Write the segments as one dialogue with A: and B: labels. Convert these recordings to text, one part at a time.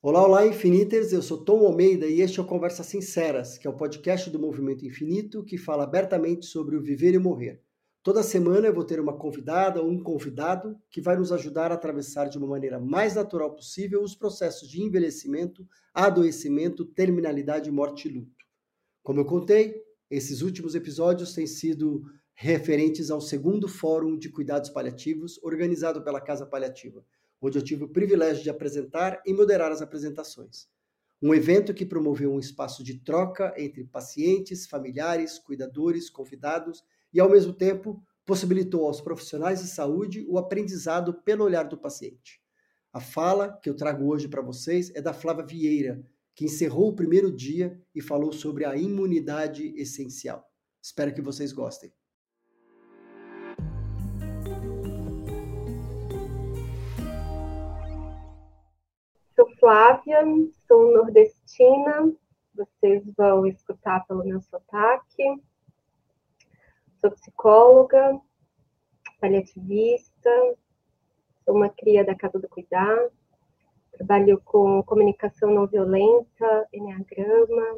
A: Olá, olá, Infiniters! Eu sou Tom Almeida e este é o Conversas Sinceras, que é o podcast do Movimento Infinito que fala abertamente sobre o viver e o morrer. Toda semana eu vou ter uma convidada ou um convidado que vai nos ajudar a atravessar de uma maneira mais natural possível os processos de envelhecimento, adoecimento, terminalidade, morte e luto. Como eu contei, esses últimos episódios têm sido referentes ao segundo Fórum de Cuidados Paliativos, organizado pela Casa Paliativa, onde eu tive o privilégio de apresentar e moderar as apresentações. Um evento que promoveu um espaço de troca entre pacientes, familiares, cuidadores, convidados e, ao mesmo tempo, possibilitou aos profissionais de saúde o aprendizado pelo olhar do paciente. A fala que eu trago hoje para vocês é da Flávia Vieira, que encerrou o primeiro dia e falou sobre a imunidade essencial. Espero que vocês gostem.
B: Sou Flávia, sou nordestina, vocês vão escutar pelo meu sotaque. Sou psicóloga, paliativista, sou uma cria da Casa do Cuidar, trabalho com comunicação não violenta, enneagrama,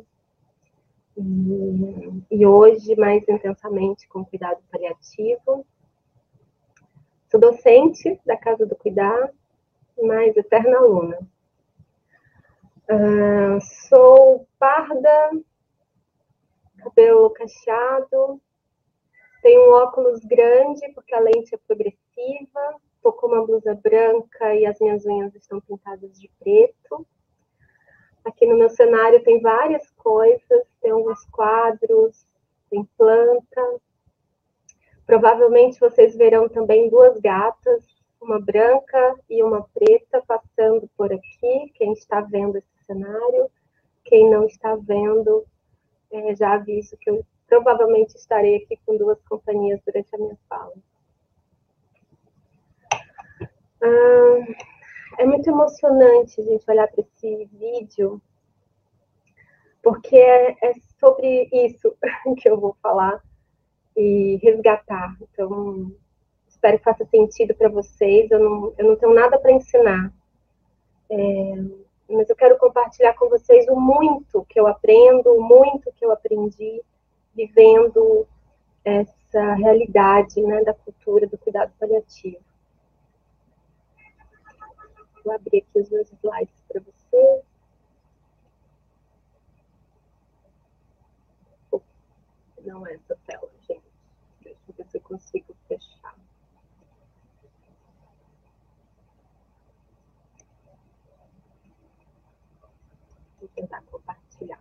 B: e hoje mais intensamente com cuidado paliativo. Sou docente da Casa do Cuidar, mas eterna aluna. Sou parda, cabelo cacheado, tenho um óculos grande porque a lente é progressiva, estou com uma blusa branca e as minhas unhas estão pintadas de preto. Aqui no meu cenário tem várias coisas, tem alguns quadros, tem planta. Provavelmente vocês verão também duas gatas, uma branca e uma preta passando por aqui. Quem está vendo esse cenário, quem não está vendo, já aviso que eu provavelmente estarei aqui com duas companhias durante a minha fala. É muito emocionante a gente olhar para esse vídeo, porque é sobre isso que eu vou falar e resgatar. Então, espero que faça sentido para vocês. Eu não tenho nada para ensinar, mas eu quero compartilhar com vocês o muito que eu aprendo, o muito que eu aprendi vivendo essa realidade, né, da cultura do cuidado paliativo. Vou abrir aqui os meus slides para vocês. Não é essa tela, gente. Deixa eu ver se eu consigo fechar. Vou tentar compartilhar.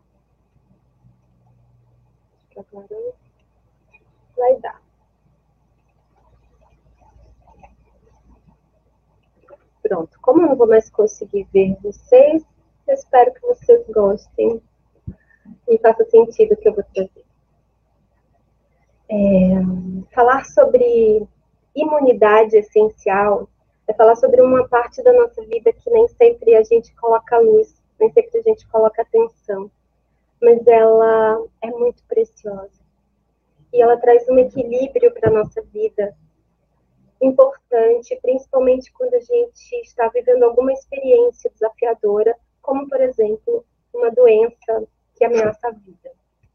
B: Acho que agora vai dar. Pronto. Como eu não vou mais conseguir ver vocês, eu espero que vocês gostem e faça sentido o que eu vou trazer. Falar sobre imunidade essencial é falar sobre uma parte da nossa vida que nem sempre a gente coloca luz, nem sempre a gente coloca atenção, mas ela é muito preciosa. E ela traz um equilíbrio para a nossa vida importante, principalmente quando a gente está vivendo alguma experiência desafiadora, como, por exemplo, uma doença que ameaça a vida.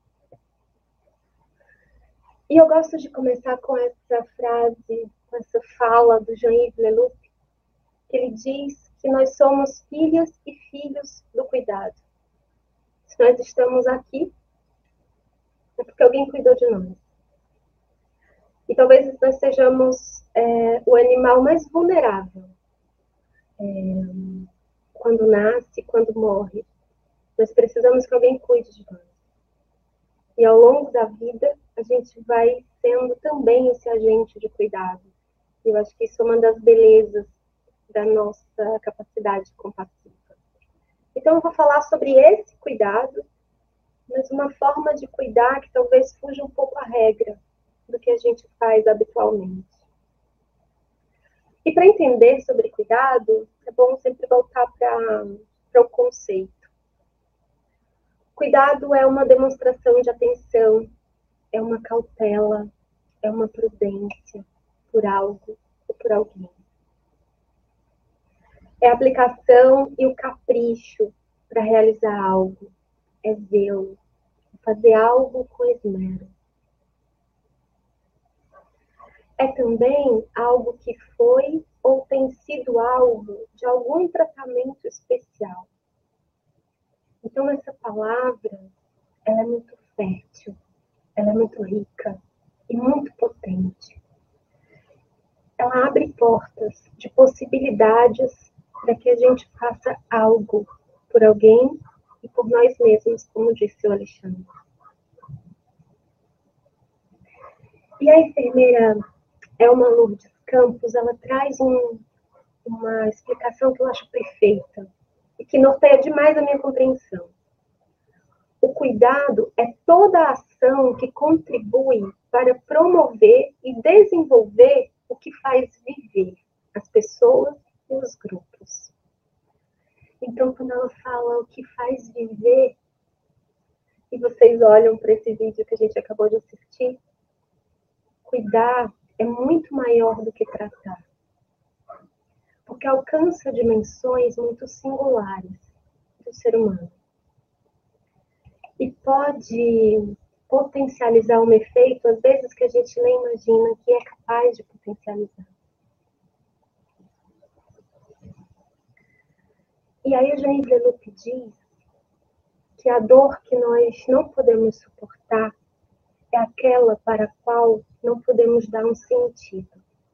B: E eu gosto de começar com essa frase, com essa fala do Jean-Yves Leloup, que ele diz que nós somos filhas e filhos do cuidado. Se nós estamos aqui, é porque alguém cuidou de nós. E talvez nós sejamos o animal mais vulnerável. Quando nasce, quando morre. Nós precisamos que alguém cuide de nós. E ao longo da vida, a gente vai sendo também esse agente de cuidado. E eu acho que isso é uma das belezas da nossa capacidade compassiva. Então, eu vou falar sobre esse cuidado, mas uma forma de cuidar que talvez fuja um pouco a regra do que a gente faz habitualmente. E para entender sobre cuidado, é bom sempre voltar para o conceito. Cuidado é uma demonstração de atenção, é uma cautela, é uma prudência por algo ou por alguém. É a aplicação e o capricho para realizar algo. É zelo. Fazer algo com esmero. É também algo que foi ou tem sido alvo de algum tratamento especial. Então, essa palavra, ela é muito fértil, ela é muito rica e muito potente. Ela abre portas de possibilidades para que a gente faça algo por alguém e por nós mesmos, como disse o Alexandre. E a enfermeira Elma Lourdes Campos, ela traz uma explicação que eu acho perfeita e que norteia demais a minha compreensão. O cuidado é toda a ação que contribui para promover e desenvolver o que faz viver as pessoas e os grupos. Então, quando ela fala o que faz viver, e vocês olham para esse vídeo que a gente acabou de assistir, cuidar é muito maior do que tratar. Porque alcança dimensões muito singulares do ser humano. E pode potencializar um efeito, às vezes, que a gente nem imagina que é capaz de potencializar. E aí o Jaime Leloup diz que a dor que nós não podemos suportar é aquela para a qual não podemos dar um sentido.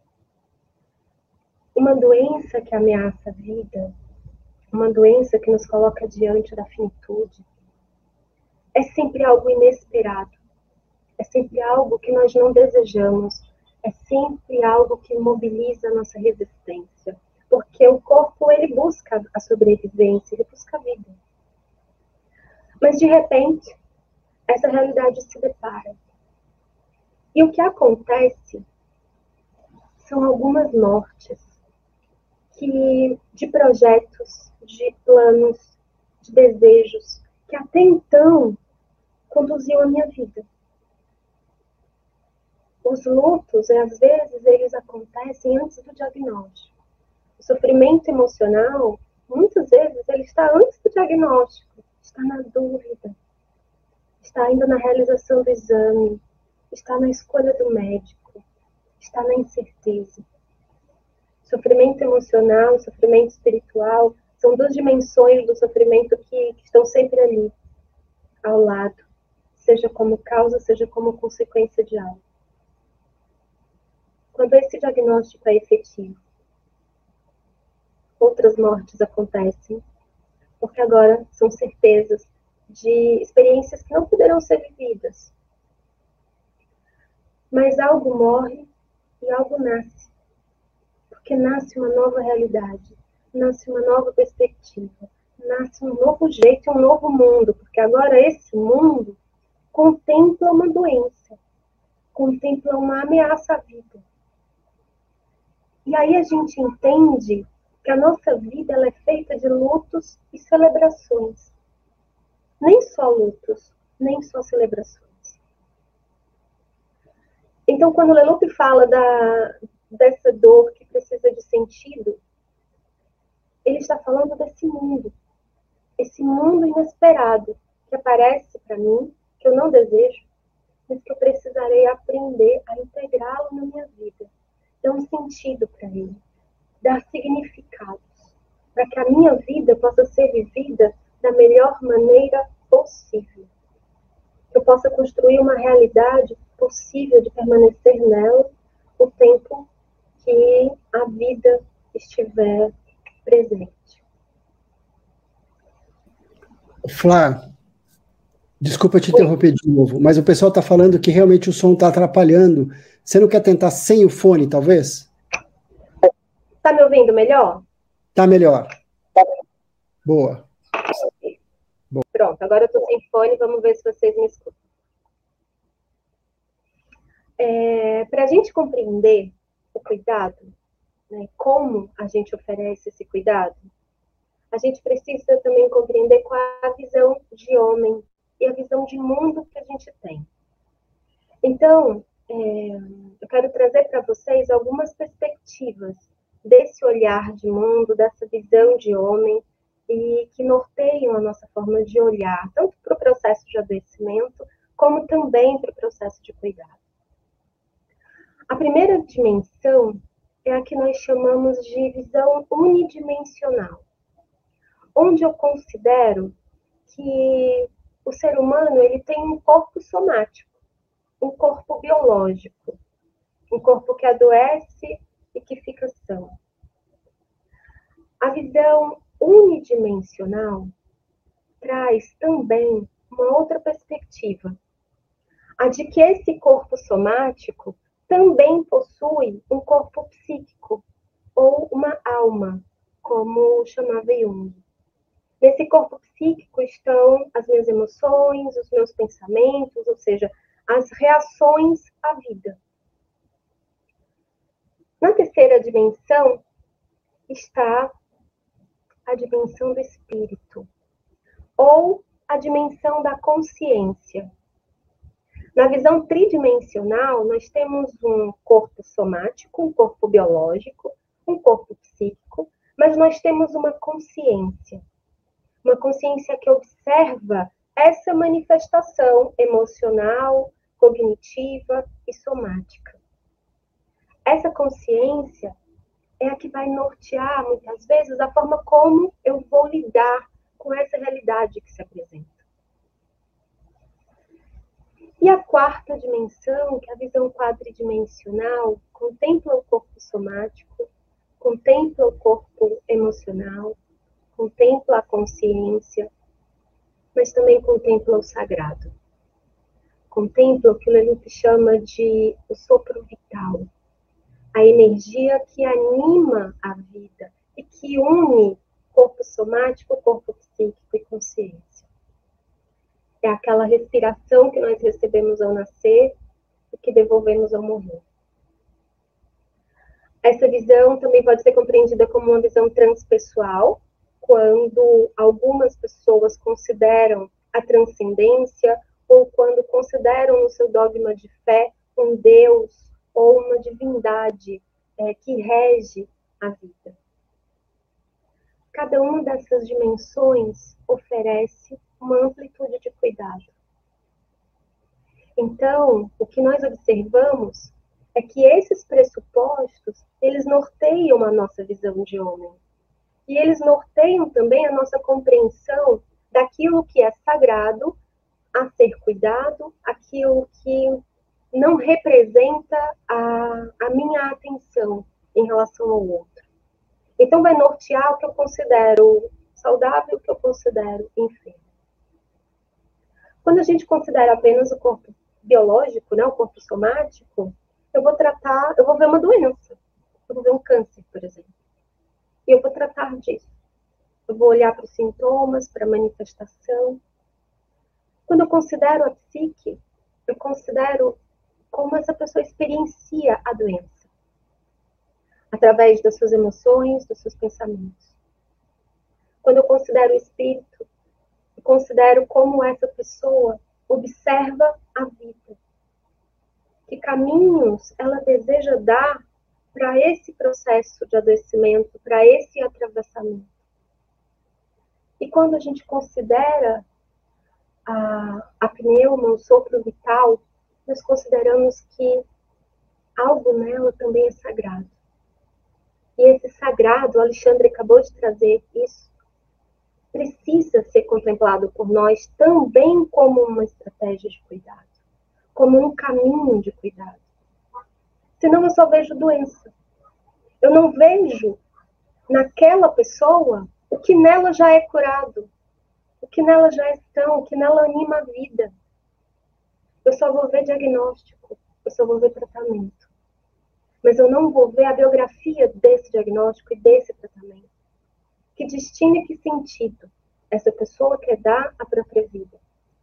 B: Uma doença que ameaça a vida, uma doença que nos coloca diante da finitude, é sempre algo inesperado, é sempre algo que nós não desejamos, é sempre algo que mobiliza a nossa resistência, porque o corpo, ele busca a sobrevivência, ele busca a vida. Mas, de repente, essa realidade se depara. E o que acontece são algumas mortes de projetos, de planos, de desejos, que até então conduziam a minha vida. Os lutos, às vezes, eles acontecem antes do diagnóstico. O sofrimento emocional, muitas vezes, ele está antes do diagnóstico, está na dúvida, está ainda na realização do exame, está na escolha do médico, está na incerteza. Sofrimento emocional, sofrimento espiritual, são duas dimensões do sofrimento que estão sempre ali, ao lado, seja como causa, seja como consequência de algo. Quando esse diagnóstico é efetivo, outras mortes acontecem, porque agora são certezas de experiências que não poderão ser vividas. Mas algo morre e algo nasce, porque nasce uma nova realidade, nasce uma nova perspectiva, nasce um novo jeito, um novo mundo, porque agora esse mundo contempla uma doença, contempla uma ameaça à vida. E aí a gente entende que a nossa vida ela é feita de lutos e celebrações. Nem só lutos, nem só celebrações. Então, quando o Leloup fala dessa dor que precisa de sentido, ele está falando desse mundo. Esse mundo inesperado que aparece para mim, que eu não desejo, mas que eu precisarei aprender a integrá-lo na minha vida. Dar um sentido para ele, dar significados, para que a minha vida possa ser vivida da melhor maneira possível. Que eu possa construir uma realidade possível de permanecer nela o tempo que a vida estiver presente.
A: Flá, desculpa te interromper de novo, mas o pessoal está falando que realmente o som está atrapalhando. Você não quer tentar sem o fone, talvez?
B: Está me ouvindo melhor?
A: Tá melhor. Boa.
B: Pronto, agora eu estou sem fone, vamos ver se vocês me escutam. Para a gente compreender o cuidado, né, como a gente oferece esse cuidado, a gente precisa também compreender qual é a visão de homem e a visão de mundo que a gente tem. Então, eu quero trazer para vocês algumas perspectivas desse olhar de mundo, dessa visão de homem, e que norteiam a nossa forma de olhar, tanto para o processo de adoecimento, como também para o processo de cuidado. A primeira dimensão é a que nós chamamos de visão unidimensional, onde eu considero que o ser humano ele tem um corpo somático, um corpo biológico, um corpo que adoece e que fica são. A visão unidimensional traz também uma outra perspectiva, a de que esse corpo somático também possui um corpo psíquico ou uma alma, como chamava Jung. Nesse corpo psíquico estão as minhas emoções, os meus pensamentos, ou seja, as reações à vida. Na terceira dimensão está a dimensão do espírito, ou a dimensão da consciência. Na visão tridimensional, nós temos um corpo somático, um corpo biológico, um corpo psíquico, mas nós temos uma consciência que observa essa manifestação emocional, cognitiva e somática. Essa consciência é a que vai nortear, muitas vezes, a forma como eu vou lidar com essa realidade que se apresenta. E a quarta dimensão, que é a visão quadridimensional, contempla o corpo somático, contempla o corpo emocional, contempla a consciência, mas também contempla o sagrado. Contempla o que o Leloup chama de o sopro vital, a energia que anima a vida e que une corpo somático, corpo psíquico e consciência. É aquela respiração que nós recebemos ao nascer e que devolvemos ao morrer. Essa visão também pode ser compreendida como uma visão transpessoal, quando algumas pessoas consideram a transcendência ou quando consideram no seu dogma de fé um Deus ou uma divindade que rege a vida. Cada uma dessas dimensões oferece uma amplitude de cuidado. Então, o que nós observamos é que esses pressupostos, eles norteiam a nossa visão de homem. E eles norteiam também a nossa compreensão daquilo que é sagrado a ser cuidado, aquilo que não representa a minha atenção em relação ao outro. Então, vai nortear o que eu considero saudável e o que eu considero enfermo. Quando a gente considera apenas o corpo biológico, né, o corpo somático, eu vou ver uma doença. Eu vou ver um câncer, por exemplo. E eu vou tratar disso. Eu vou olhar para os sintomas, para a manifestação. Quando eu considero a psique, eu considero como essa pessoa experiencia a doença. Através das suas emoções, dos seus pensamentos. Quando eu considero o espírito, eu considero como essa pessoa observa a vida. Que caminhos ela deseja dar para esse processo de adoecimento, para esse atravessamento. E quando a gente considera a pneuma, o sopro vital, nós consideramos que algo nela também é sagrado. E esse sagrado, o Alexandre acabou de trazer isso, precisa ser contemplado por nós também como uma estratégia de cuidado, como um caminho de cuidado. Senão eu só vejo doença. Eu não vejo naquela pessoa o que nela já é curado, o que nela já é são, o que nela anima a vida. Eu só vou ver diagnóstico, eu só vou ver tratamento. Mas eu não vou ver a biografia desse diagnóstico e desse tratamento. Que destino e que sentido essa pessoa quer dar à própria vida.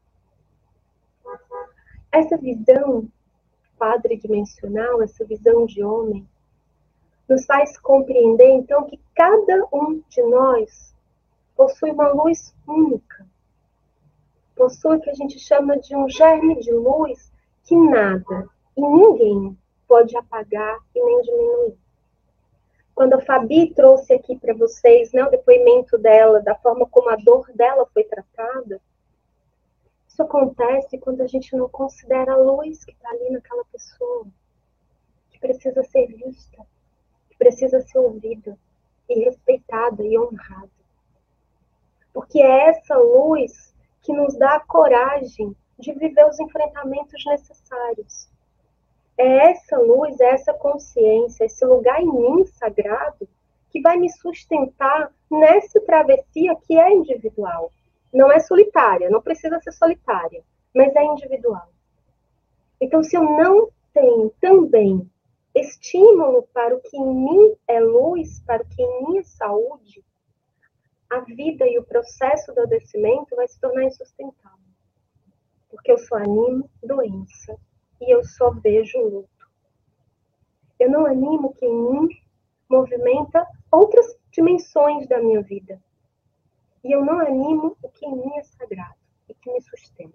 B: Essa visão quadridimensional, essa visão de homem, nos faz compreender, então, que cada um de nós possui uma luz única. Possui o que a gente chama de um germe de luz que nada e ninguém pode apagar e nem diminuir. Quando a Fabi trouxe aqui para vocês, né, o depoimento dela, da forma como a dor dela foi tratada, isso acontece quando a gente não considera a luz que está ali naquela pessoa, que precisa ser vista, que precisa ser ouvida, e respeitada e honrada. Porque é essa luz que nos dá a coragem de viver os enfrentamentos necessários. É essa luz, é essa consciência, esse lugar em mim sagrado que vai me sustentar nessa travessia que é individual. Não é solitária, não precisa ser solitária, mas é individual. Então, se eu não tenho também estímulo para o que em mim é luz, para o que em mim é saúde, a vida e o processo do adoecimento vai se tornar insustentável. Porque eu só animo doença e eu só vejo luto. Eu não animo o que em mim movimenta outras dimensões da minha vida. E eu não animo o que em mim é sagrado e que me sustenta.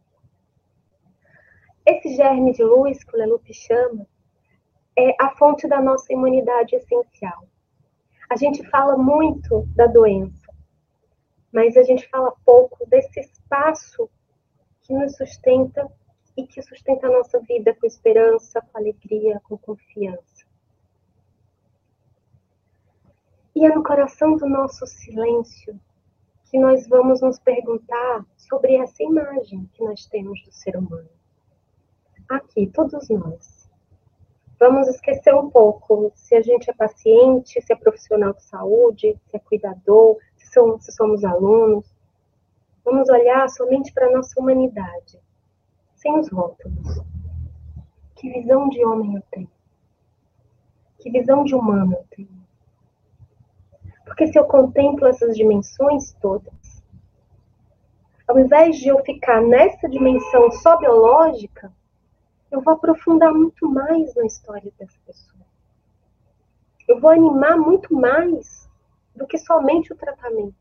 B: Esse germe de luz que o Leloup chama é a fonte da nossa imunidade essencial. A gente fala muito da doença, mas a gente fala pouco desse espaço que nos sustenta e que sustenta a nossa vida com esperança, com alegria, com confiança. E é no coração do nosso silêncio que nós vamos nos perguntar sobre essa imagem que nós temos do ser humano. Aqui, todos nós. Vamos esquecer um pouco se a gente é paciente, se é profissional de saúde, se é cuidador, se somos alunos. Vamos olhar somente para a nossa humanidade, sem os rótulos. Que visão de homem eu tenho? Que visão de humano eu tenho? Porque se eu contemplo essas dimensões todas, ao invés de eu ficar nessa dimensão só biológica, eu vou aprofundar muito mais na história dessa pessoa. Eu vou animar muito mais do que somente o tratamento.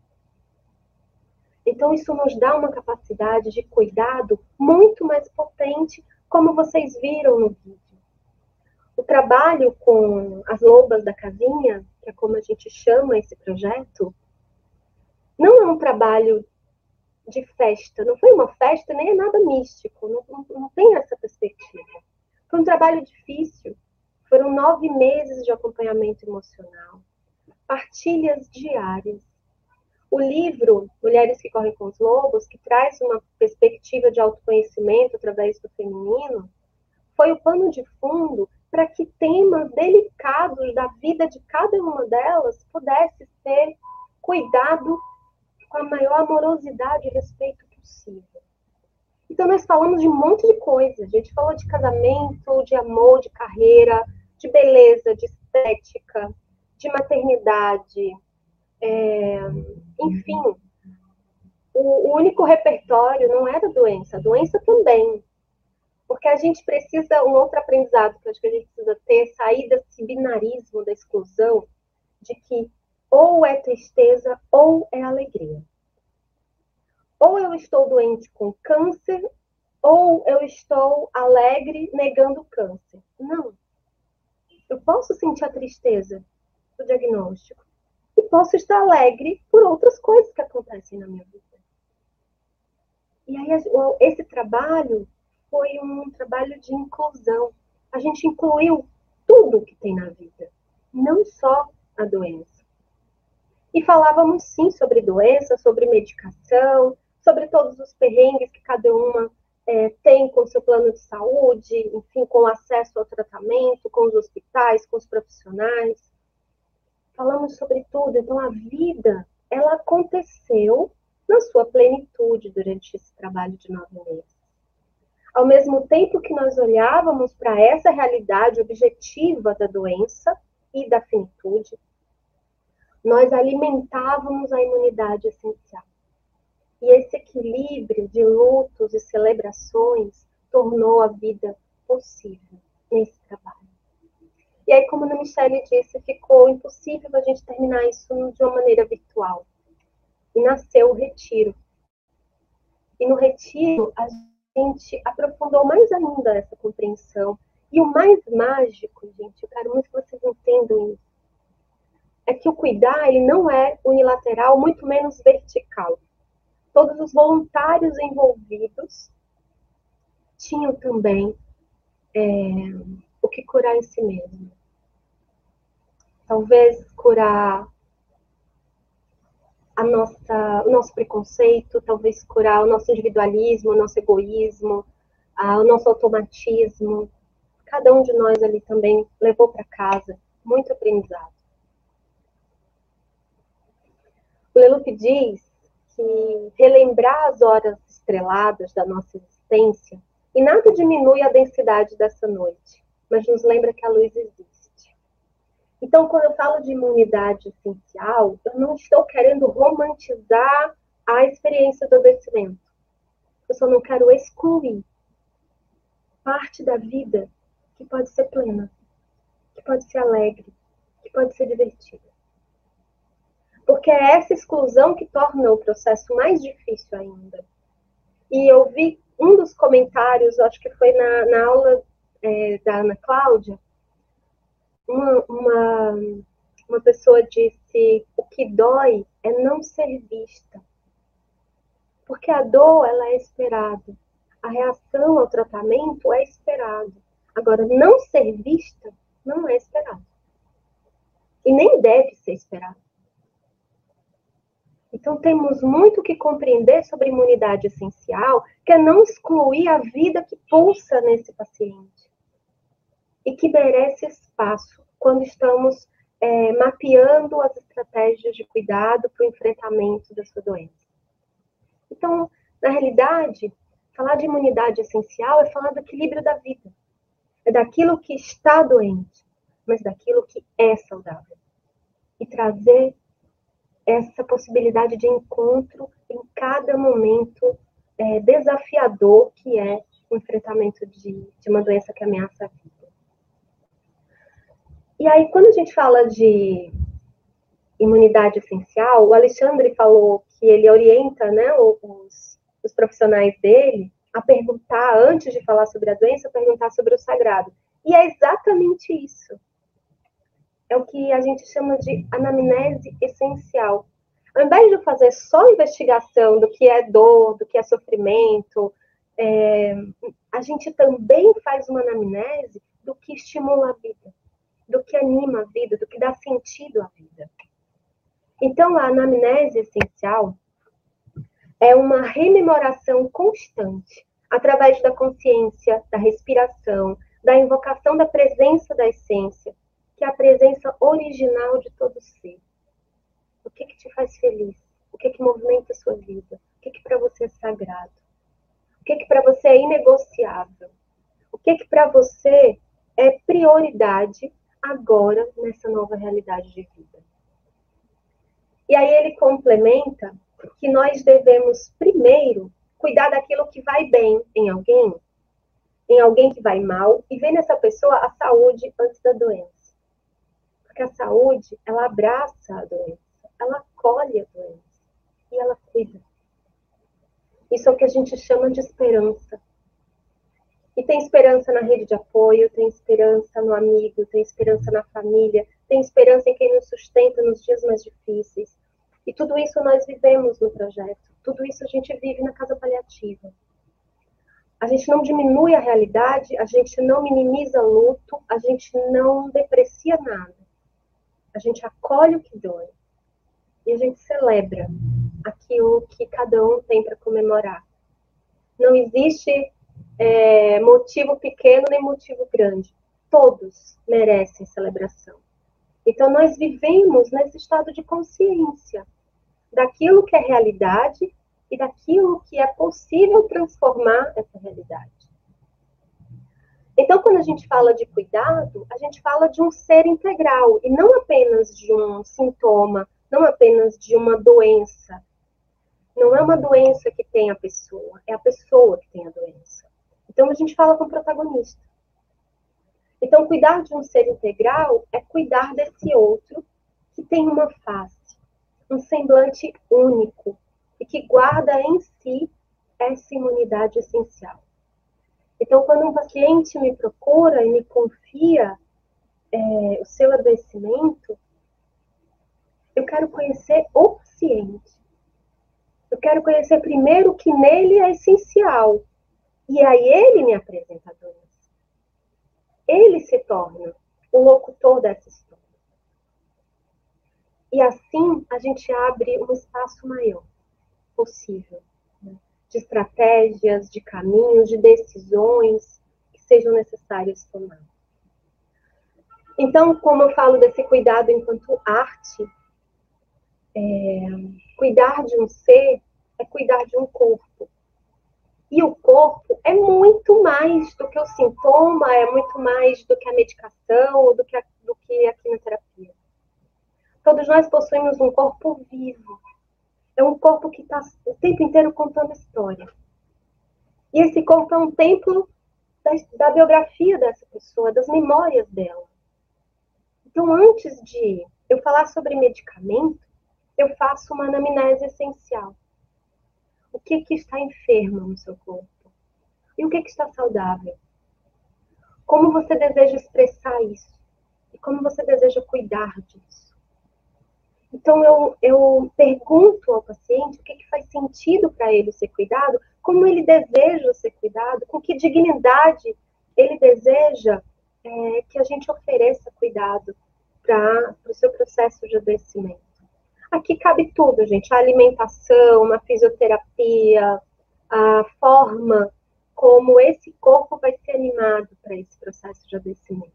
B: Então, isso nos dá uma capacidade de cuidado muito mais potente, como vocês viram no vídeo. O trabalho com as lobas da casinha, que é como a gente chama esse projeto, não é um trabalho de festa, não foi uma festa, nem é nada místico, não tem essa perspectiva. Foi um trabalho difícil, foram 9 meses de acompanhamento emocional, partilhas diárias. O livro Mulheres que Correm com os Lobos, que traz uma perspectiva de autoconhecimento através do feminino, foi o pano de fundo para que temas delicados da vida de cada uma delas pudesse ser cuidado com a maior amorosidade e respeito possível. Então, nós falamos de um monte de coisa. A gente falou de casamento, de amor, de carreira, de beleza, de estética, de maternidade. Enfim, o único repertório não era a doença também. Porque a gente precisa, um outro aprendizado que eu acho que a gente precisa ter, é sair desse binarismo da exclusão, de que ou é tristeza ou é alegria. Ou eu estou doente com câncer, ou eu estou alegre negando o câncer. Não. Eu posso sentir a tristeza do diagnóstico e posso estar alegre por outras coisas que acontecem na minha vida. E aí, esse trabalho foi um trabalho de inclusão. A gente incluiu tudo que tem na vida, não só a doença. E falávamos sim sobre doença, sobre medicação, sobre todos os perrengues que cada uma tem com o seu plano de saúde, enfim, com acesso ao tratamento, com os hospitais, com os profissionais. Falamos sobre tudo. Então, a vida, ela aconteceu na sua plenitude durante esse trabalho de 9 meses. Ao mesmo tempo que nós olhávamos para essa realidade objetiva da doença e da finitude, nós alimentávamos a imunidade essencial. E esse equilíbrio de lutos e celebrações tornou a vida possível nesse trabalho. E aí, como a Michele disse, ficou impossível a gente terminar isso de uma maneira virtual. E nasceu o retiro. E no retiro, a gente aprofundou mais ainda essa compreensão. E o mais mágico, gente, eu quero muito que vocês entendam isso. é que o cuidar ele não é unilateral, muito menos vertical. Todos os voluntários envolvidos tinham também o que curar em si mesmo. Talvez curar o nosso preconceito, talvez curar o nosso individualismo, o nosso egoísmo, o nosso automatismo. Cada um de nós ali também levou para casa muito aprendizado. O Leloup diz que relembrar as horas estreladas da nossa existência e nada diminui a densidade dessa noite, mas nos lembra que a luz existe. Então, quando eu falo de imunidade essencial, eu não estou querendo romantizar a experiência do adoecimento. Eu só não quero excluir parte da vida que pode ser plena, que pode ser alegre, que pode ser divertida. Porque é essa exclusão que torna o processo mais difícil ainda. E eu vi um dos comentários, acho que foi na aula da Ana Cláudia, uma pessoa disse: o que dói é não ser vista. Porque a dor, ela é esperada. A reação ao tratamento é esperada. Agora, não ser vista não é esperado. E nem deve ser esperado. Então, temos muito que compreender sobre imunidade essencial, que é não excluir a vida que pulsa nesse paciente. E que merece espaço quando estamos mapeando as estratégias de cuidado para o enfrentamento da sua doença. Então, na realidade, falar de imunidade essencial é falar do equilíbrio da vida. É daquilo que está doente, mas daquilo que é saudável. E trazer essa possibilidade de encontro em cada momento desafiador que é o enfrentamento de uma doença que ameaça a vida. E aí, quando a gente fala de imunidade essencial, o Alexandre falou que ele orienta, né, os profissionais dele a perguntar, antes de falar sobre a doença, perguntar sobre o sagrado. E é exatamente isso. É o que a gente chama de anamnese essencial. Ao invés de eu fazer só investigação do que é dor, do que é sofrimento, a gente também faz uma anamnese do que estimula a vida, do que anima a vida, do que dá sentido à vida. Então, a anamnese essencial é uma rememoração constante, através da consciência, da respiração, da invocação da presença da essência, que é a presença original de todo ser. O que te faz feliz? O que movimenta a sua vida? O que para você é sagrado? O que para você é inegociável? O que para você é prioridade agora nessa nova realidade de vida? E aí ele complementa que nós devemos primeiro cuidar daquilo que vai bem em alguém que vai mal, e ver nessa pessoa a saúde antes da doença. Porque a saúde, ela abraça a doença, ela acolhe a doença e ela cuida. Isso é o que a gente chama de esperança. E tem esperança na rede de apoio, tem esperança no amigo, tem esperança na família, tem esperança em quem nos sustenta nos dias mais difíceis. E tudo isso nós vivemos no projeto. Tudo isso a gente vive na casa paliativa. A gente não diminui a realidade, a gente não minimiza o luto, a gente não deprecia nada. A gente acolhe o que dói. E a gente celebra aquilo que cada um tem para comemorar. Não existe motivo pequeno nem motivo grande. Todos merecem celebração. Então, nós vivemos nesse estado de consciência daquilo que é realidade e daquilo que é possível transformar essa realidade. Então, quando a gente fala de cuidado, a gente fala de um ser integral e não apenas de um sintoma, não apenas de uma doença. Não é uma doença que tem a pessoa, é a pessoa que tem a doença. Então, a gente fala com o protagonista. Então, cuidar de um ser integral é cuidar desse outro que tem uma face, um semblante único e que guarda em si essa imunidade essencial. Então, quando um paciente me procura e me confia o seu adoecimento, Eu quero conhecer o paciente. Eu quero conhecer primeiro o que nele é essencial. E aí ele me apresenta a doença. Ele se torna o locutor dessa história. E assim a gente abre um espaço maior possível, né? De estratégias, de caminhos, de decisões que sejam necessárias tomar. Então, como eu falo desse cuidado enquanto arte, cuidar de um ser é cuidar de um corpo. E o corpo é muito mais do que o sintoma, é muito mais do que a medicação, ou do que a quimioterapia. Todos nós possuímos um corpo vivo. É um corpo que está o tempo inteiro contando história. E esse corpo é um templo da biografia dessa pessoa, das memórias dela. Então, antes de eu falar sobre medicamento, eu faço uma anamnese essencial. O que está enfermo no seu corpo? E o que está saudável? Como você deseja expressar isso? E como você deseja cuidar disso? Então, eu pergunto ao paciente o que faz sentido para ele ser cuidado, como ele deseja ser cuidado, com que dignidade ele deseja que a gente ofereça cuidado para o seu processo de adoecimento. Aqui cabe tudo, gente. A alimentação, a fisioterapia, a forma como esse corpo vai ser animado para esse processo de adoecimento.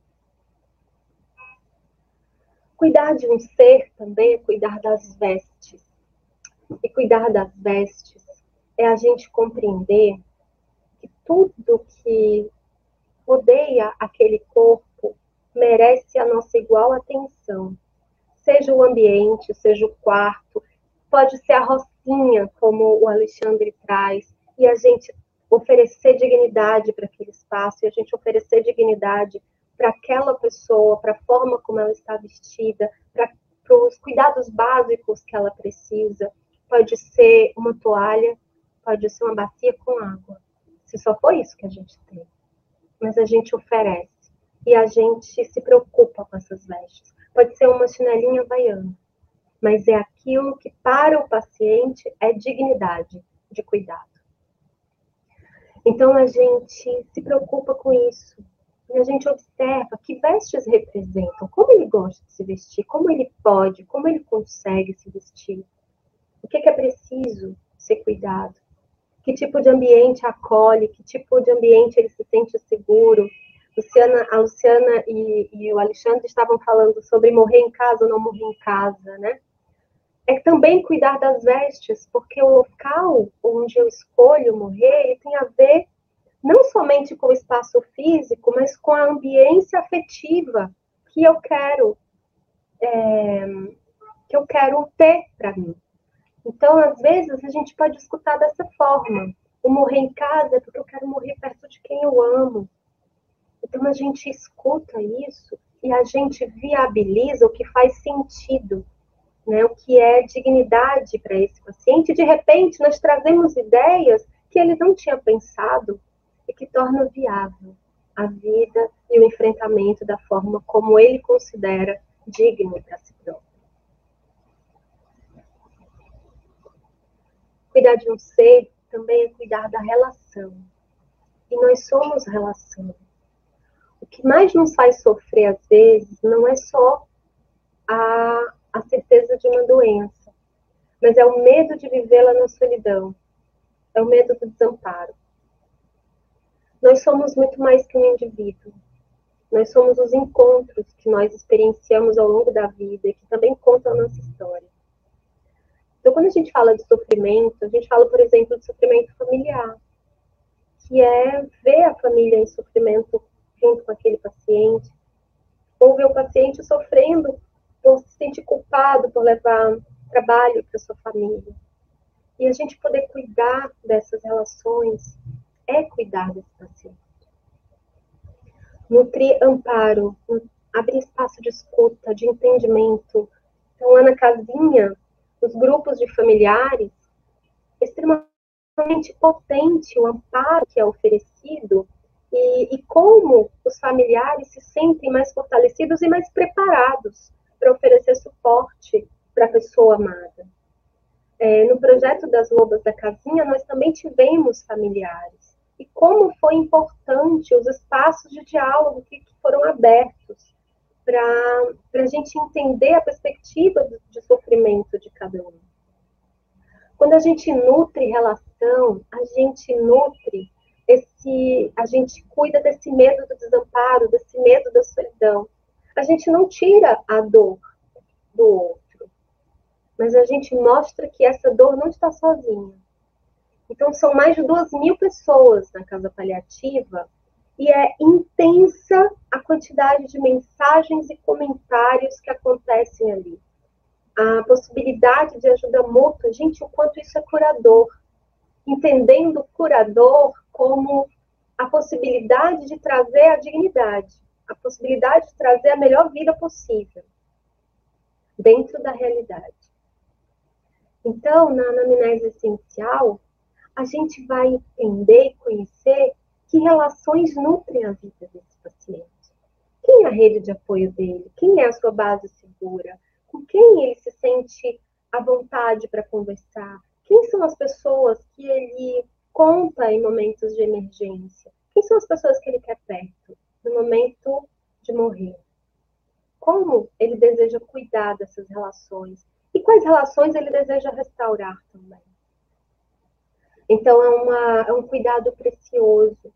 B: Cuidar de um ser também é cuidar das vestes. E cuidar das vestes é a gente compreender que tudo que rodeia aquele corpo merece a nossa igual atenção. Seja o ambiente, seja o quarto, pode ser a rocinha, como o Alexandre traz, e a gente oferecer dignidade para aquele espaço, e a gente oferecer dignidade para aquela pessoa, para a forma como ela está vestida, para os cuidados básicos que ela precisa. Pode ser uma toalha, pode ser uma bacia com água. Se só for isso que a gente tem. Mas a gente oferece. E a gente se preocupa com essas vestes. Pode ser uma chinelinha havaiana, mas é aquilo que para o paciente é dignidade de cuidado. Então a gente se preocupa com isso, e a gente observa que vestes representam, como ele gosta de se vestir, como ele pode, como ele consegue se vestir, o que é preciso ser cuidado, que tipo de ambiente acolhe, que tipo de ambiente ele se sente seguro. A Luciana e o Alexandre estavam falando sobre morrer em casa ou não morrer em casa, né? É também cuidar das vestes, porque o local onde eu escolho morrer, ele tem a ver não somente com o espaço físico, mas com a ambiência afetiva que eu quero ter para mim. Então, às vezes, a gente pode escutar dessa forma. O morrer em casa é porque eu quero morrer perto de quem eu amo. Então, a gente escuta isso e a gente viabiliza o que faz sentido, né? O que é dignidade para esse paciente. De repente, nós trazemos ideias que ele não tinha pensado e que tornam viável a vida e o enfrentamento da forma como ele considera digno para si próprio. Cuidar de um ser também é cuidar da relação. E nós somos relação. O que mais nos faz sofrer, às vezes, não é só a certeza de uma doença, mas é o medo de vivê-la na solidão, é o medo do desamparo. Nós somos muito mais que um indivíduo. Nós somos os encontros que nós experienciamos ao longo da vida e que também contam a nossa história. Então, quando a gente fala de sofrimento, a gente fala, por exemplo, de sofrimento familiar, que é ver a família em sofrimento junto com aquele paciente, ou ver o paciente sofrendo por se sentir culpado por levar trabalho para sua família. E a gente poder cuidar dessas relações é cuidar desse paciente. Nutrir amparo, abrir espaço de escuta, de entendimento. Então, lá na casinha, os grupos de familiares, extremamente potente o amparo que é oferecido e como os familiares se sentem mais fortalecidos e mais preparados para oferecer suporte para a pessoa amada. No projeto das Lobas da Casinha, nós também tivemos familiares. E como foi importante os espaços de diálogo que foram abertos para a gente entender a perspectiva de sofrimento de cada um. Quando a gente nutre relação, a gente cuida desse medo do desamparo, desse medo da solidão. A gente não tira a dor do outro, mas a gente mostra que essa dor não está sozinha. Então, são mais de 2.000 pessoas na casa paliativa e é intensa a quantidade de mensagens e comentários que acontecem ali. A possibilidade de ajuda mútua, gente, o quanto isso é curador. Entendendo o curador como a possibilidade de trazer a dignidade, a possibilidade de trazer a melhor vida possível dentro da realidade. Então, na anamnese essencial, a gente vai entender e conhecer que relações nutrem a vida desse paciente. Quem é a rede de apoio dele? Quem é a sua base segura? Com quem ele se sente à vontade para conversar? Quem são as pessoas que ele conta em momentos de emergência? Quem são as pessoas que ele quer perto no momento de morrer? Como ele deseja cuidar dessas relações? E quais relações ele deseja restaurar também? Então, é um cuidado precioso.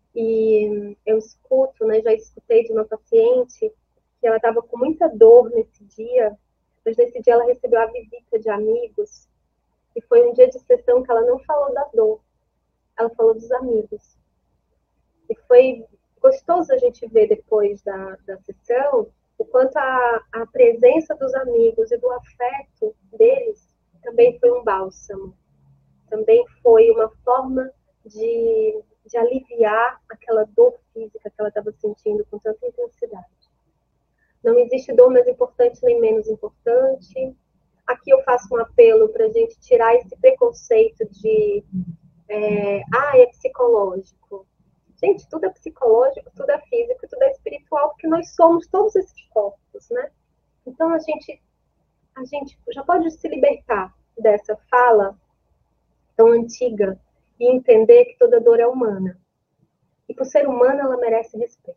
B: E eu escuto, né, já escutei de uma paciente que ela estava com muita dor nesse dia, mas nesse dia ela recebeu a visita de amigos, e foi um dia de sessão que ela não falou da dor, ela falou dos amigos. E foi gostoso a gente ver depois da sessão o quanto a presença dos amigos e do afeto deles também foi um bálsamo. Também foi uma forma de aliviar aquela dor física que ela estava sentindo com tanta intensidade. Não existe dor mais importante nem menos importante. Aqui eu faço um apelo para a gente tirar esse preconceito de é psicológico. Gente, tudo é psicológico, tudo é físico, tudo é espiritual, porque nós somos todos esses corpos, né? Então a gente já pode se libertar dessa fala tão antiga e entender que toda dor é humana. E por ser humana, ela merece respeito.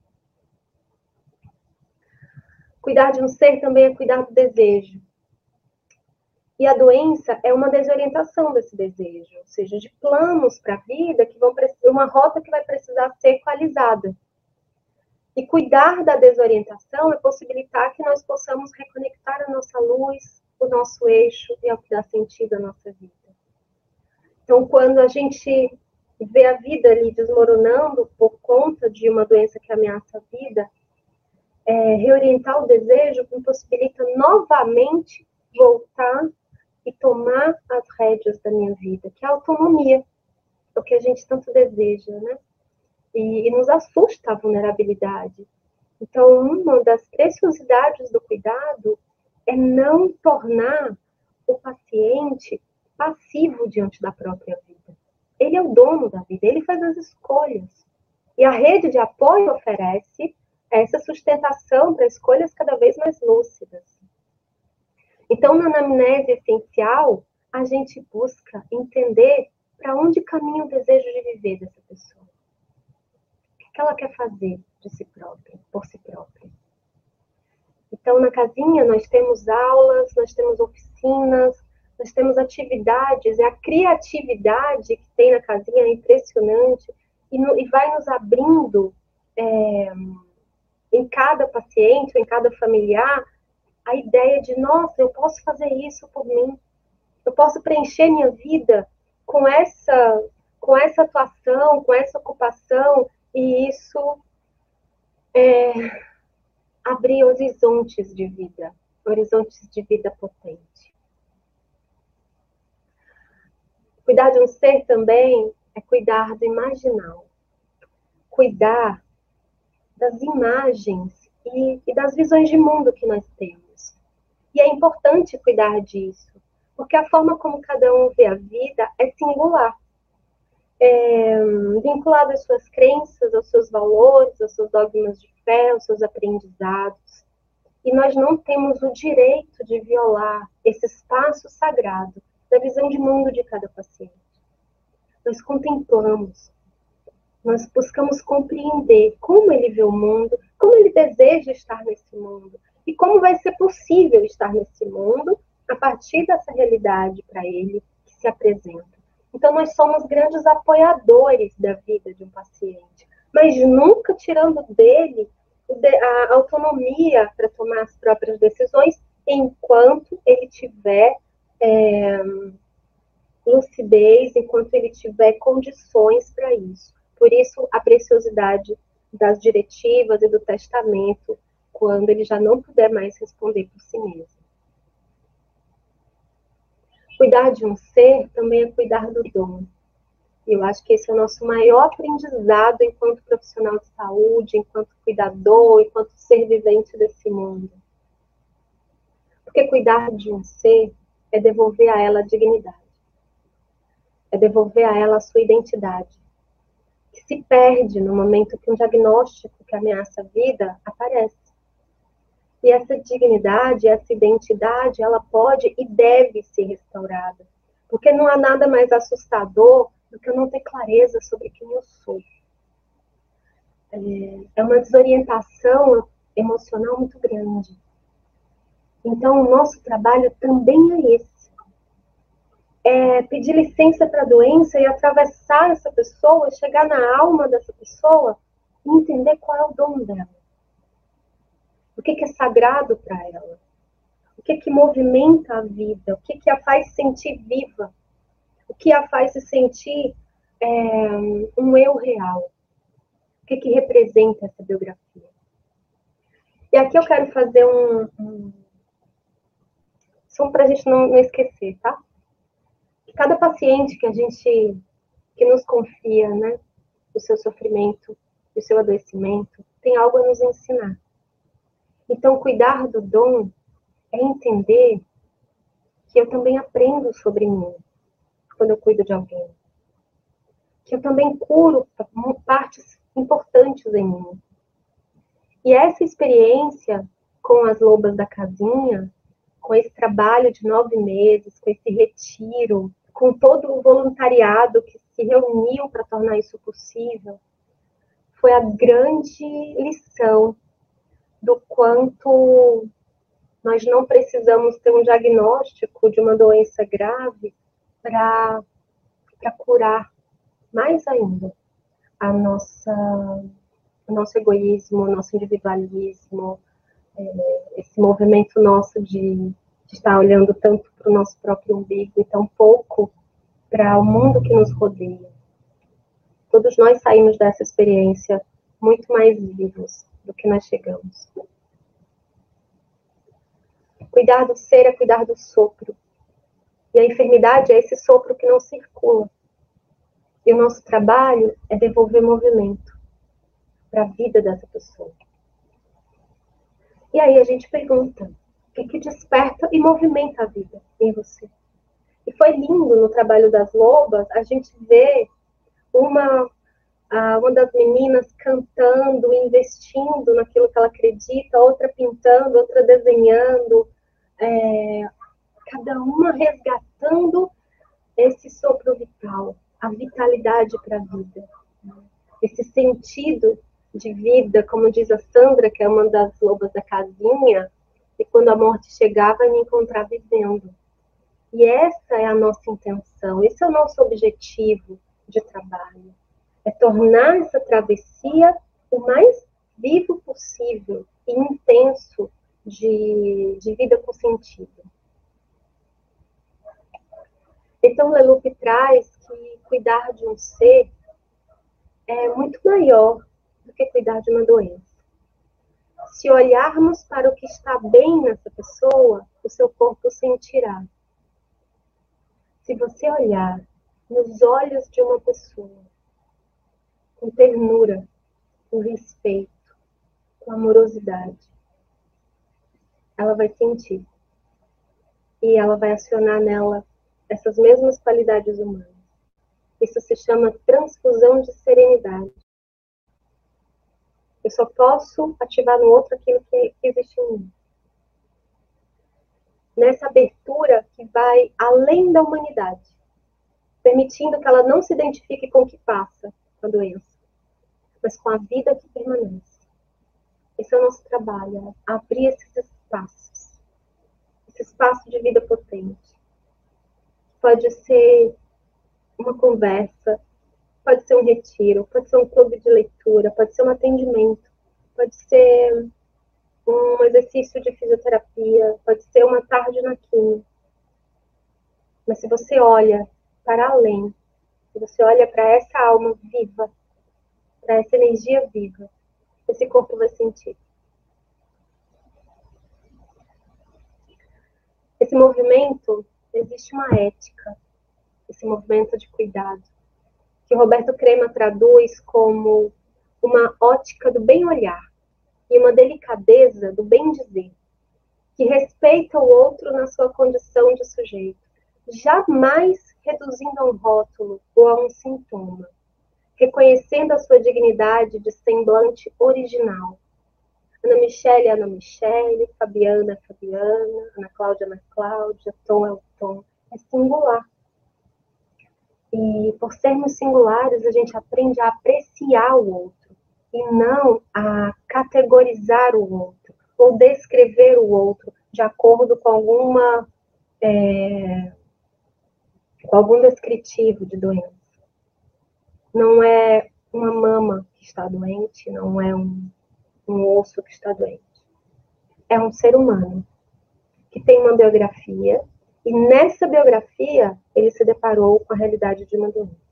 B: Cuidar de um ser também é cuidar do desejo. E a doença é uma desorientação desse desejo, ou seja, de planos para a vida que vão precisar, uma rota que vai precisar ser equalizada. E cuidar da desorientação é possibilitar que nós possamos reconectar a nossa luz, o nosso eixo e ao que dá sentido à nossa vida. Então, quando a gente vê a vida ali desmoronando por conta de uma doença que ameaça a vida, reorientar o desejo possibilita novamente voltar e tomar as rédeas da minha vida, que é a autonomia, é o que a gente tanto deseja, né? E nos assusta a vulnerabilidade. Então, uma das preciosidades do cuidado é não tornar o paciente passivo diante da própria vida. Ele é o dono da vida, ele faz as escolhas. E a rede de apoio oferece essa sustentação para escolhas cada vez mais lúcidas. Então, na anamnese essencial, a gente busca entender para onde caminha o desejo de viver dessa pessoa. O que ela quer fazer de si própria, por si própria. Então, na casinha, nós temos aulas, nós temos oficinas, nós temos atividades, e a criatividade que tem na casinha é impressionante e vai nos abrindo em cada paciente, em cada familiar, a ideia de, nossa, eu posso fazer isso por mim, eu posso preencher minha vida com essa atuação, com essa ocupação, e isso abrir horizontes de vida potente. Cuidar de um ser também é cuidar do imaginal, cuidar das imagens e das visões de mundo que nós temos. E é importante cuidar disso, porque a forma como cada um vê a vida é singular. Vinculado às suas crenças, aos seus valores, aos seus dogmas de fé, aos seus aprendizados. E nós não temos o direito de violar esse espaço sagrado da visão de mundo de cada paciente. Nós contemplamos, nós buscamos compreender como ele vê o mundo, como ele deseja estar nesse mundo e como vai ser possível estar nesse mundo a partir dessa realidade para ele que se apresenta. Então, nós somos grandes apoiadores da vida de um paciente, mas nunca tirando dele a autonomia para tomar as próprias decisões enquanto ele tiver lucidez, enquanto ele tiver condições para isso. Por isso, a preciosidade das diretivas e do testamento, quando ele já não puder mais responder por si mesmo. Cuidar de um ser também é cuidar do dom. E eu acho que esse é o nosso maior aprendizado enquanto profissional de saúde, enquanto cuidador, enquanto ser vivente desse mundo. Porque cuidar de um ser é devolver a ela a dignidade. É devolver a ela a sua identidade. Que se perde no momento que um diagnóstico que ameaça a vida aparece. E essa dignidade, essa identidade, ela pode e deve ser restaurada. Porque não há nada mais assustador do que eu não ter clareza sobre quem eu sou. É uma desorientação emocional muito grande. Então, o nosso trabalho também é esse. É pedir licença para a doença e atravessar essa pessoa, chegar na alma dessa pessoa e entender qual é o dom dela. O que é sagrado para ela? O que movimenta a vida? O que a faz sentir viva? O que a faz se sentir um eu real? O que representa essa biografia? E aqui eu quero fazer só para a gente não esquecer, tá? Que cada paciente que nos confia, né, o seu sofrimento, o seu adoecimento, tem algo a nos ensinar. Então, cuidar do dom é entender que eu também aprendo sobre mim quando eu cuido de alguém. Que eu também curo partes importantes em mim. E essa experiência com as lobas da casinha, com esse trabalho de 9 meses, com esse retiro, com todo o voluntariado que se reuniu para tornar isso possível, foi a grande lição do quanto nós não precisamos ter um diagnóstico de uma doença grave para curar mais ainda o nosso egoísmo, o nosso individualismo, esse movimento nosso de estar olhando tanto para o nosso próprio umbigo e tão pouco para o mundo que nos rodeia. Todos nós saímos dessa experiência muito mais vivos do que nós chegamos. Cuidar do ser é cuidar do sopro. E a enfermidade é esse sopro que não circula. E o nosso trabalho é devolver movimento para a vida dessa pessoa. E aí a gente pergunta, o que desperta e movimenta a vida em você? E foi lindo no trabalho das lobas a gente ver uma das meninas cantando, investindo naquilo que ela acredita, outra pintando, outra desenhando, cada uma resgatando esse sopro vital, a vitalidade para a vida, esse sentido de vida, como diz a Sandra, que é uma das lobas da casinha, e quando a morte chegar vai me encontrar vivendo. E essa é a nossa intenção, esse é o nosso objetivo de trabalho. É tornar essa travessia o mais vivo possível e intenso de vida com sentido. Então, Leloup traz que cuidar de um ser é muito maior do que cuidar de uma doença. Se olharmos para o que está bem nessa pessoa, o seu corpo sentirá. Se você olhar nos olhos de uma pessoa, com ternura, com respeito, com amorosidade, ela vai sentir. E ela vai acionar nela essas mesmas qualidades humanas. Isso se chama transfusão de serenidade. Eu só posso ativar no outro aquilo que existe em mim. nessa abertura que vai além da humanidade, permitindo que ela não se identifique com o que passa, com a doença, mas com a vida que permanece. Esse é o nosso trabalho, abrir esses espaços, esse espaço de vida potente. Pode ser uma conversa, pode ser um retiro, pode ser um clube de leitura, pode ser um atendimento, pode ser um exercício de fisioterapia, pode ser uma tarde na quimio. Mas se você olha para além, se você olha para essa alma viva, para essa energia viva, esse corpo vai sentir. Esse movimento, existe uma ética, esse movimento de cuidado, que Roberto Crema traduz como uma ótica do bem-olhar e uma delicadeza do bem-dizer, que respeita o outro na sua condição de sujeito, jamais reduzindo a um rótulo ou a um sintoma, reconhecendo a sua dignidade de semblante original. Ana Michele é Ana Michele, Fabiana é Fabiana, Ana Cláudia é Ana Cláudia, Tom é o Tom. É singular. E por sermos singulares, a gente aprende a apreciar o outro e não a categorizar o outro ou descrever o outro de acordo com algum descritivo de doença. Não é uma mama que está doente, não é um osso que está doente. É um ser humano que tem uma biografia e nessa biografia ele se deparou com a realidade de uma doença.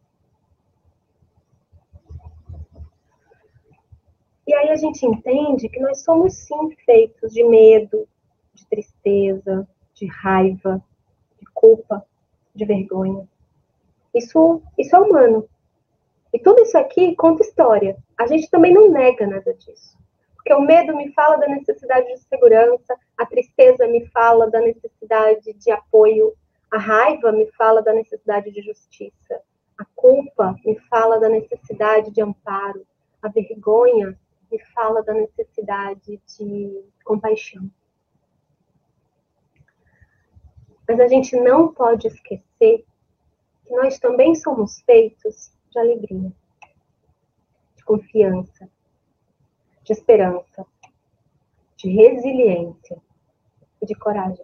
B: E aí a gente entende que nós somos sim feitos de medo, de tristeza, de raiva, de culpa, de vergonha. Isso é humano. E tudo isso aqui conta história. A gente também não nega nada disso. Porque o medo me fala da necessidade de segurança, a tristeza me fala da necessidade de apoio, a raiva me fala da necessidade de justiça, a culpa me fala da necessidade de amparo, a vergonha me fala da necessidade de compaixão. Mas a gente não pode esquecer que nós também somos feitos de alegria, de confiança, de esperança, de resiliência e de coragem.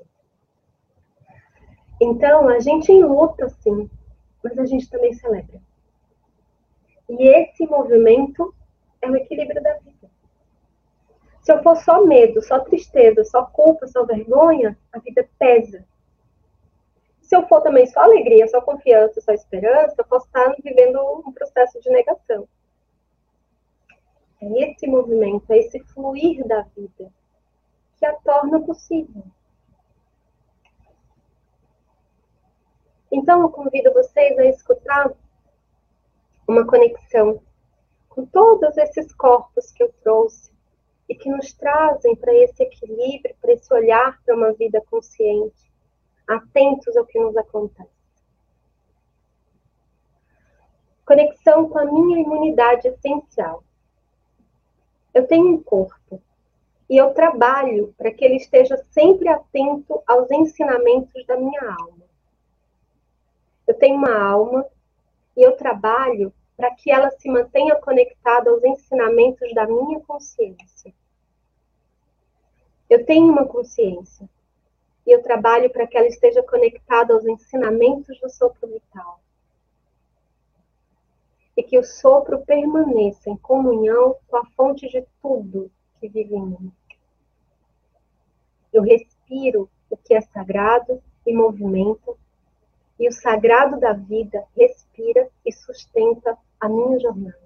B: Então, a gente enluta, sim, mas a gente também celebra. E esse movimento é o equilíbrio da vida. Se eu for só medo, só tristeza, só culpa, só vergonha, a vida pesa. Se eu for também só alegria, só confiança, só esperança, eu posso estar vivendo um processo de negação. É esse movimento, é esse fluir da vida que a torna possível. Então, eu convido vocês a escutar uma conexão com todos esses corpos que eu trouxe e que nos trazem para esse equilíbrio, para esse olhar para uma vida consciente, atentos ao que nos acontece. Conexão com a minha imunidade essencial. Eu tenho um corpo e eu trabalho para que ele esteja sempre atento aos ensinamentos da minha alma. Eu tenho uma alma e eu trabalho para que ela se mantenha conectada aos ensinamentos da minha consciência. Eu tenho uma consciência e eu trabalho para que ela esteja conectada aos ensinamentos do sopro vital. E que o sopro permaneça em comunhão com a fonte de tudo que vive em mim. Eu respiro o que é sagrado e movimenta, e o sagrado da vida respira e sustenta a minha jornada.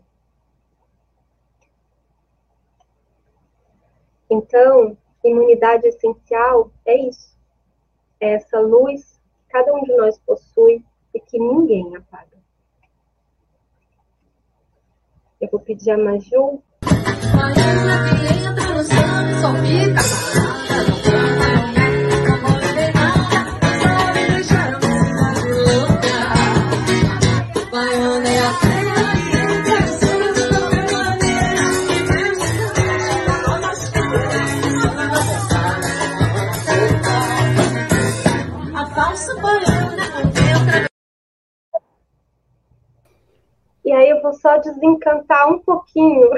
B: Então, imunidade essencial é isso. É essa luz que cada um de nós possui e que ninguém apaga. Eu vou pedir a Maju. E aí eu vou só desencantar um pouquinho.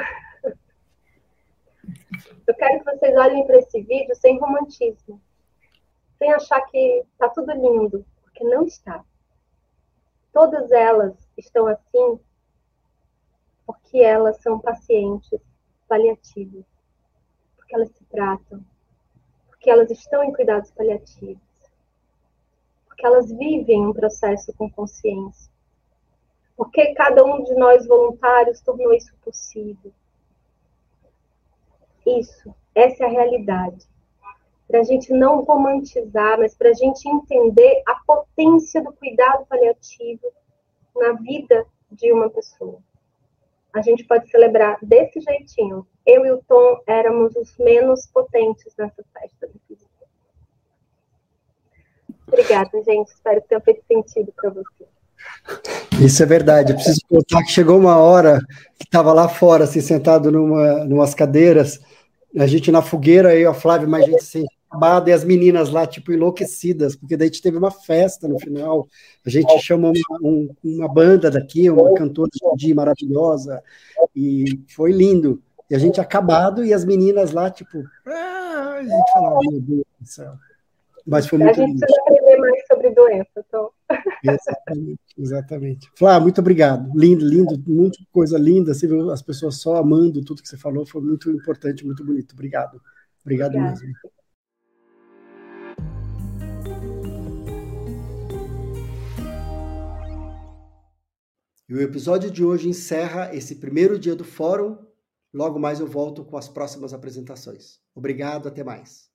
B: Eu quero que vocês olhem para esse vídeo sem romantismo. Sem achar que está tudo lindo, porque não está. Todas elas estão assim porque elas são pacientes, paliativas, porque elas se tratam, porque elas estão em cuidados paliativos, porque elas vivem um processo com consciência, porque cada um de nós voluntários tornou isso possível. Essa é a realidade. Para a gente não romantizar, mas para a gente entender a potência do cuidado paliativo na vida de uma pessoa. A gente pode celebrar desse jeitinho. Eu e o Tom éramos os menos potentes nessa festa. Obrigada, gente. Espero que tenha feito sentido para você.
A: Isso é verdade. Eu preciso contar que chegou uma hora que estava lá fora, assim, sentado numas cadeiras, a gente na fogueira, eu e a Flávia, mais gente assim, acabada, e as meninas lá, tipo, enlouquecidas, porque daí a gente teve uma festa no final. A gente chamou uma banda daqui, uma cantora de maravilhosa, e foi lindo. E a gente acabado, e as meninas lá, tipo, a gente falava, meu Deus do céu. Mas foi muito lindo.
B: A gente precisa aprender mais sobre doença, Tom.
A: Exatamente. Flá, muito obrigado. Lindo, muita coisa linda. Você viu as pessoas só amando tudo que você falou. Foi muito importante, muito bonito. Obrigado. Obrigado mesmo. E o episódio de hoje encerra esse primeiro dia do fórum. Logo mais eu volto com as próximas apresentações. Obrigado, até mais.